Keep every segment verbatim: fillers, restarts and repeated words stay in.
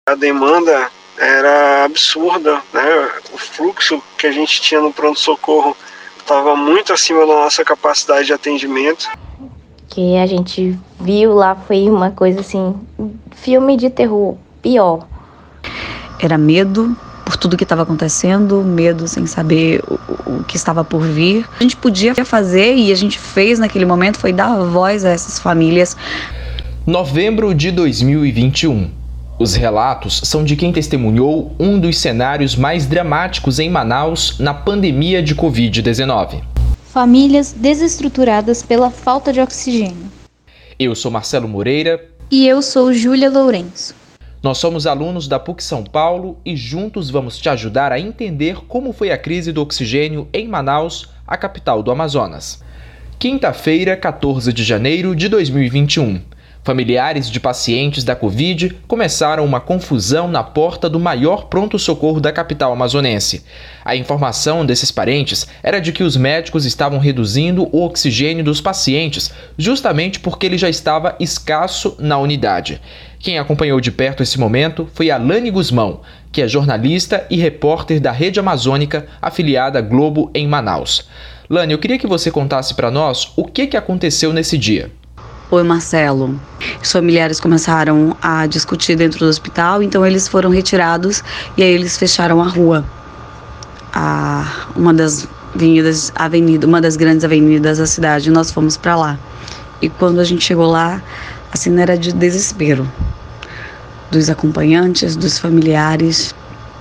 A demanda era absurda, né? O fluxo que a gente tinha no pronto-socorro estava muito acima da nossa capacidade de atendimento. O que a gente viu lá foi uma coisa assim, filme de terror, pior. Era medo por tudo que estava acontecendo, medo sem saber o, o que estava por vir. A gente podia fazer e a gente fez naquele momento foi dar voz a essas famílias. Novembro de dois mil e vinte e um. Os relatos são de quem testemunhou um dos cenários mais dramáticos em Manaus na pandemia de covid dezenove. Famílias desestruturadas pela falta de oxigênio. Eu sou Marcelo Moreira. E eu sou Júlia Lourenço. Nós somos alunos da P U C São Paulo e juntos vamos te ajudar a entender como foi a crise do oxigênio em Manaus, a capital do Amazonas. Quinta-feira, quatorze de janeiro de dois mil e vinte e um. Familiares de pacientes da Covid começaram uma confusão na porta do maior pronto-socorro da capital amazonense. A informação desses parentes era de que os médicos estavam reduzindo o oxigênio dos pacientes, justamente porque ele já estava escasso na unidade. Quem acompanhou de perto esse momento foi a Lani Guzmão, que é jornalista e repórter da Rede Amazônica, afiliada à Globo em Manaus. Lani, eu queria que você contasse para nós o que, que aconteceu nesse dia. Oi, Marcelo. Os familiares começaram a discutir dentro do hospital, então eles foram retirados e aí eles fecharam a rua. A, uma das avenidas, avenida, uma das grandes avenidas da cidade, nós fomos para lá. E quando a gente chegou lá, a cena era de desespero dos acompanhantes, dos familiares.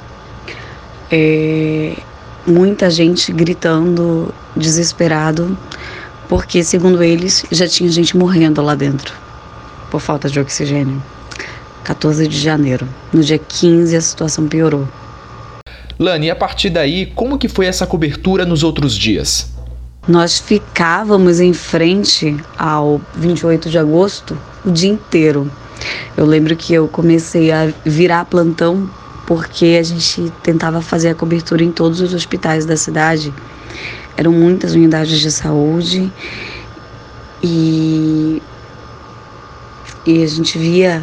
É, muita gente gritando, desesperado, porque, segundo eles, já tinha gente morrendo lá dentro por falta de oxigênio. quatorze de janeiro. No dia quinze, a situação piorou. Lani, a partir daí, como que foi essa cobertura nos outros dias? Nós ficávamos em frente ao vinte e oito de agosto o dia inteiro. Eu lembro que eu comecei a virar plantão porque a gente tentava fazer a cobertura em todos os hospitais da cidade. Eram muitas unidades de saúde e, e a gente via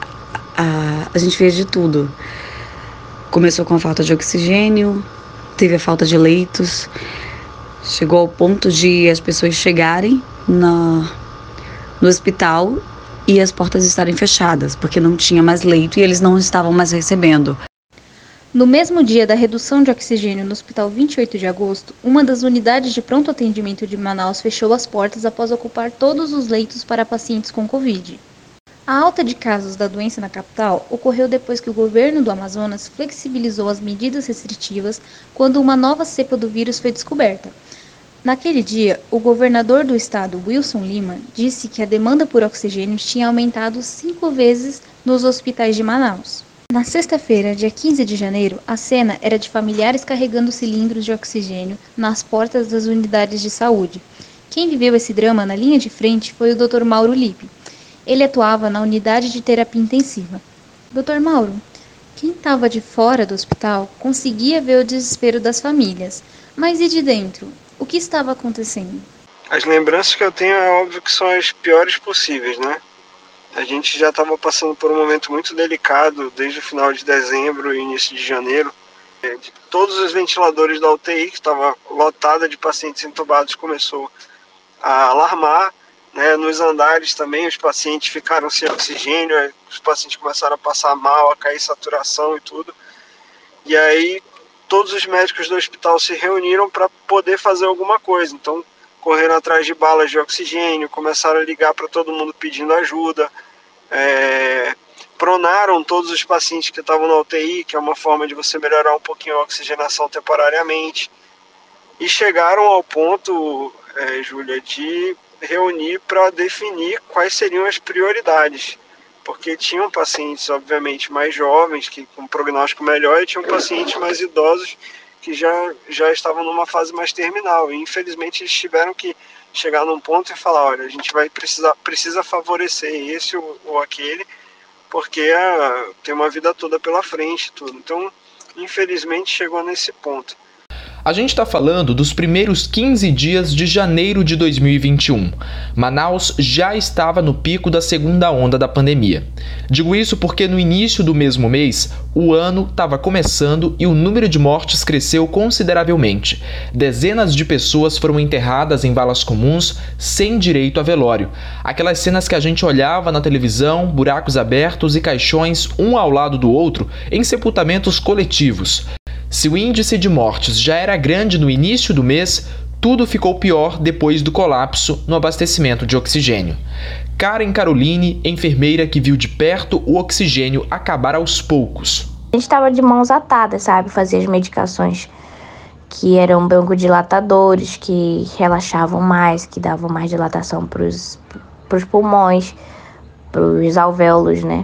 a, a gente via de tudo. Começou com a falta de oxigênio, teve a falta de leitos, chegou ao ponto de as pessoas chegarem na, no hospital e as portas estarem fechadas, porque não tinha mais leito e eles não estavam mais recebendo. No mesmo dia da redução de oxigênio no Hospital vinte e oito de agosto, uma das unidades de pronto atendimento de Manaus fechou as portas após ocupar todos os leitos para pacientes com Covid. A alta de casos da doença na capital ocorreu depois que o governo do Amazonas flexibilizou as medidas restritivas quando uma nova cepa do vírus foi descoberta. Naquele dia, o governador do estado, Wilson Lima, disse que a demanda por oxigênio tinha aumentado cinco vezes nos hospitais de Manaus. Na sexta-feira, dia quinze de janeiro, a cena era de familiares carregando cilindros de oxigênio nas portas das unidades de saúde. Quem viveu esse drama na linha de frente foi o doutor Mauro Lippe. Ele atuava na unidade de terapia intensiva. doutor Mauro, quem estava de fora do hospital conseguia ver o desespero das famílias, mas e de dentro? O que estava acontecendo? As lembranças que eu tenho é óbvio que são as piores possíveis, né? A gente já estava passando por um momento muito delicado desde o final de dezembro e início de janeiro. De todos os ventiladores da U T I, que estava lotada de pacientes entubados, começou a alarmar. Né? Nos andares também os pacientes ficaram sem oxigênio, os pacientes começaram a passar mal, a cair saturação e tudo. E aí todos os médicos do hospital se reuniram para poder fazer alguma coisa. Então correram atrás de balas de oxigênio, começaram a ligar para todo mundo pedindo ajuda. É, pronaram todos os pacientes que estavam na U T I, que é uma forma de você melhorar um pouquinho a oxigenação temporariamente, e chegaram ao ponto, é, Júlia, de reunir para definir quais seriam as prioridades, porque tinham pacientes, obviamente, mais jovens, que com prognóstico melhor, e tinham pacientes mais idosos que já, já estavam numa fase mais terminal, e infelizmente eles tiveram que chegar num ponto e falar, olha, a gente vai precisar precisa favorecer esse ou, ou aquele, porque tem uma vida toda pela frente, tudo. Então, infelizmente, chegou nesse ponto. A gente está falando dos primeiros quinze dias de janeiro de dois mil e vinte e um. Manaus já estava no pico da segunda onda da pandemia. Digo isso porque no início do mesmo mês, o ano estava começando e o número de mortes cresceu consideravelmente. Dezenas de pessoas foram enterradas em valas comuns sem direito a velório. Aquelas cenas que a gente olhava na televisão, buracos abertos e caixões um ao lado do outro em sepultamentos coletivos. Se o índice de mortes já era grande no início do mês, tudo ficou pior depois do colapso no abastecimento de oxigênio. Karen Caroline, enfermeira que viu de perto o oxigênio acabar aos poucos. A gente estava de mãos atadas, sabe? Fazia as medicações que eram broncodilatadores, que relaxavam mais, que davam mais dilatação para os pulmões, para os alvéolos, né?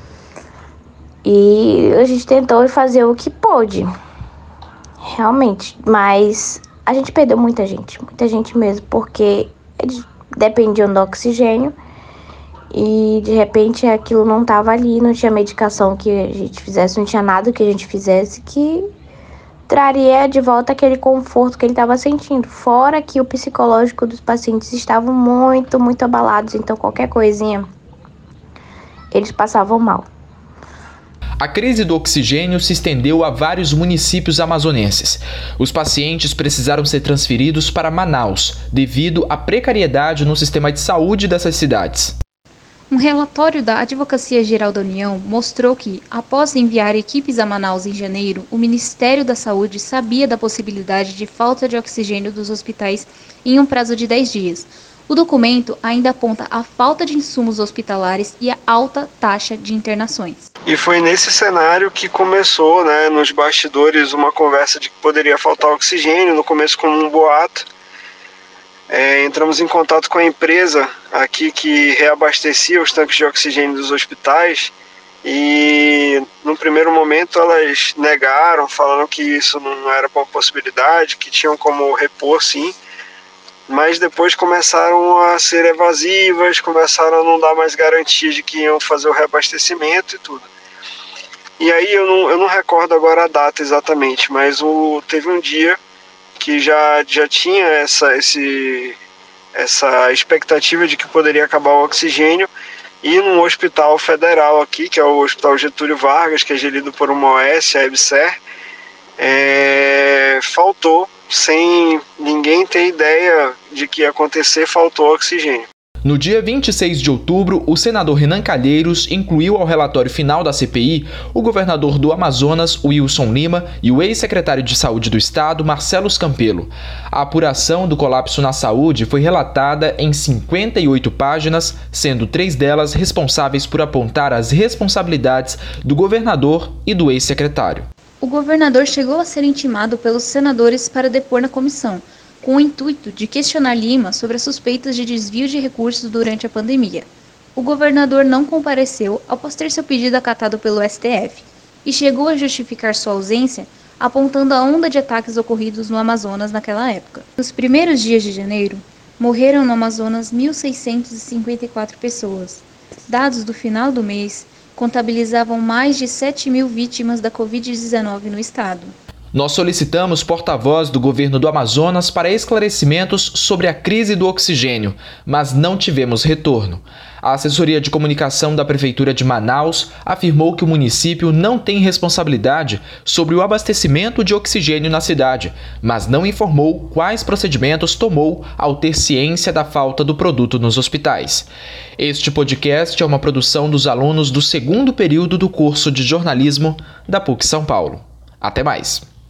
E a gente tentou fazer o que pôde. Realmente, mas a gente perdeu muita gente, muita gente mesmo, porque eles dependiam do oxigênio e de repente aquilo não estava ali, não tinha medicação que a gente fizesse, não tinha nada que a gente fizesse que traria de volta aquele conforto que ele estava sentindo. Fora que o psicológico dos pacientes estavam muito, muito abalados, então qualquer coisinha eles passavam mal. A crise do oxigênio se estendeu a vários municípios amazonenses. Os pacientes precisaram ser transferidos para Manaus, devido à precariedade no sistema de saúde dessas cidades. Um relatório da Advocacia Geral da União mostrou que, após enviar equipes a Manaus em janeiro, o Ministério da Saúde sabia da possibilidade de falta de oxigênio dos hospitais em um prazo de dez dias. O documento ainda aponta a falta de insumos hospitalares e a alta taxa de internações. E foi nesse cenário que começou, né, nos bastidores, uma conversa de que poderia faltar oxigênio, no começo como um boato. É, entramos em contato com a empresa aqui que reabastecia os tanques de oxigênio dos hospitais e, no primeiro momento, elas negaram, falando que isso não era uma possibilidade, que tinham como repor, sim. Mas depois começaram a ser evasivas, começaram a não dar mais garantia de que iam fazer o reabastecimento e tudo. E aí eu não, eu não recordo agora a data exatamente, mas o, teve um dia que já, já tinha essa, esse, essa expectativa de que poderia acabar o oxigênio, e num hospital federal aqui, que é o Hospital Getúlio Vargas, que é gerido por uma O S, a EBSER, é, faltou, sem ninguém ter ideia de que ia acontecer, faltou oxigênio. No dia vinte e seis de outubro, o senador Renan Calheiros incluiu ao relatório final da C P I o governador do Amazonas, Wilson Lima, e o ex-secretário de Saúde do Estado, Marcelo Campelo. A apuração do colapso na saúde foi relatada em cinquenta e oito páginas, sendo três delas responsáveis por apontar as responsabilidades do governador e do ex-secretário. O governador chegou a ser intimado pelos senadores para depor na comissão, com o intuito de questionar Lima sobre as suspeitas de desvio de recursos durante a pandemia. O governador não compareceu após ter seu pedido acatado pelo S T F e chegou a justificar sua ausência, apontando a onda de ataques ocorridos no Amazonas naquela época. Nos primeiros dias de janeiro, morreram no Amazonas mil seiscentas e cinquenta e quatro pessoas. Dados do final do mês contabilizavam mais de sete mil vítimas da covid dezenove no estado. Nós solicitamos porta-voz do governo do Amazonas para esclarecimentos sobre a crise do oxigênio, mas não tivemos retorno. A assessoria de comunicação da Prefeitura de Manaus afirmou que o município não tem responsabilidade sobre o abastecimento de oxigênio na cidade, mas não informou quais procedimentos tomou ao ter ciência da falta do produto nos hospitais. Este podcast é uma produção dos alunos do segundo período do curso de jornalismo da PUC São Paulo. Até mais!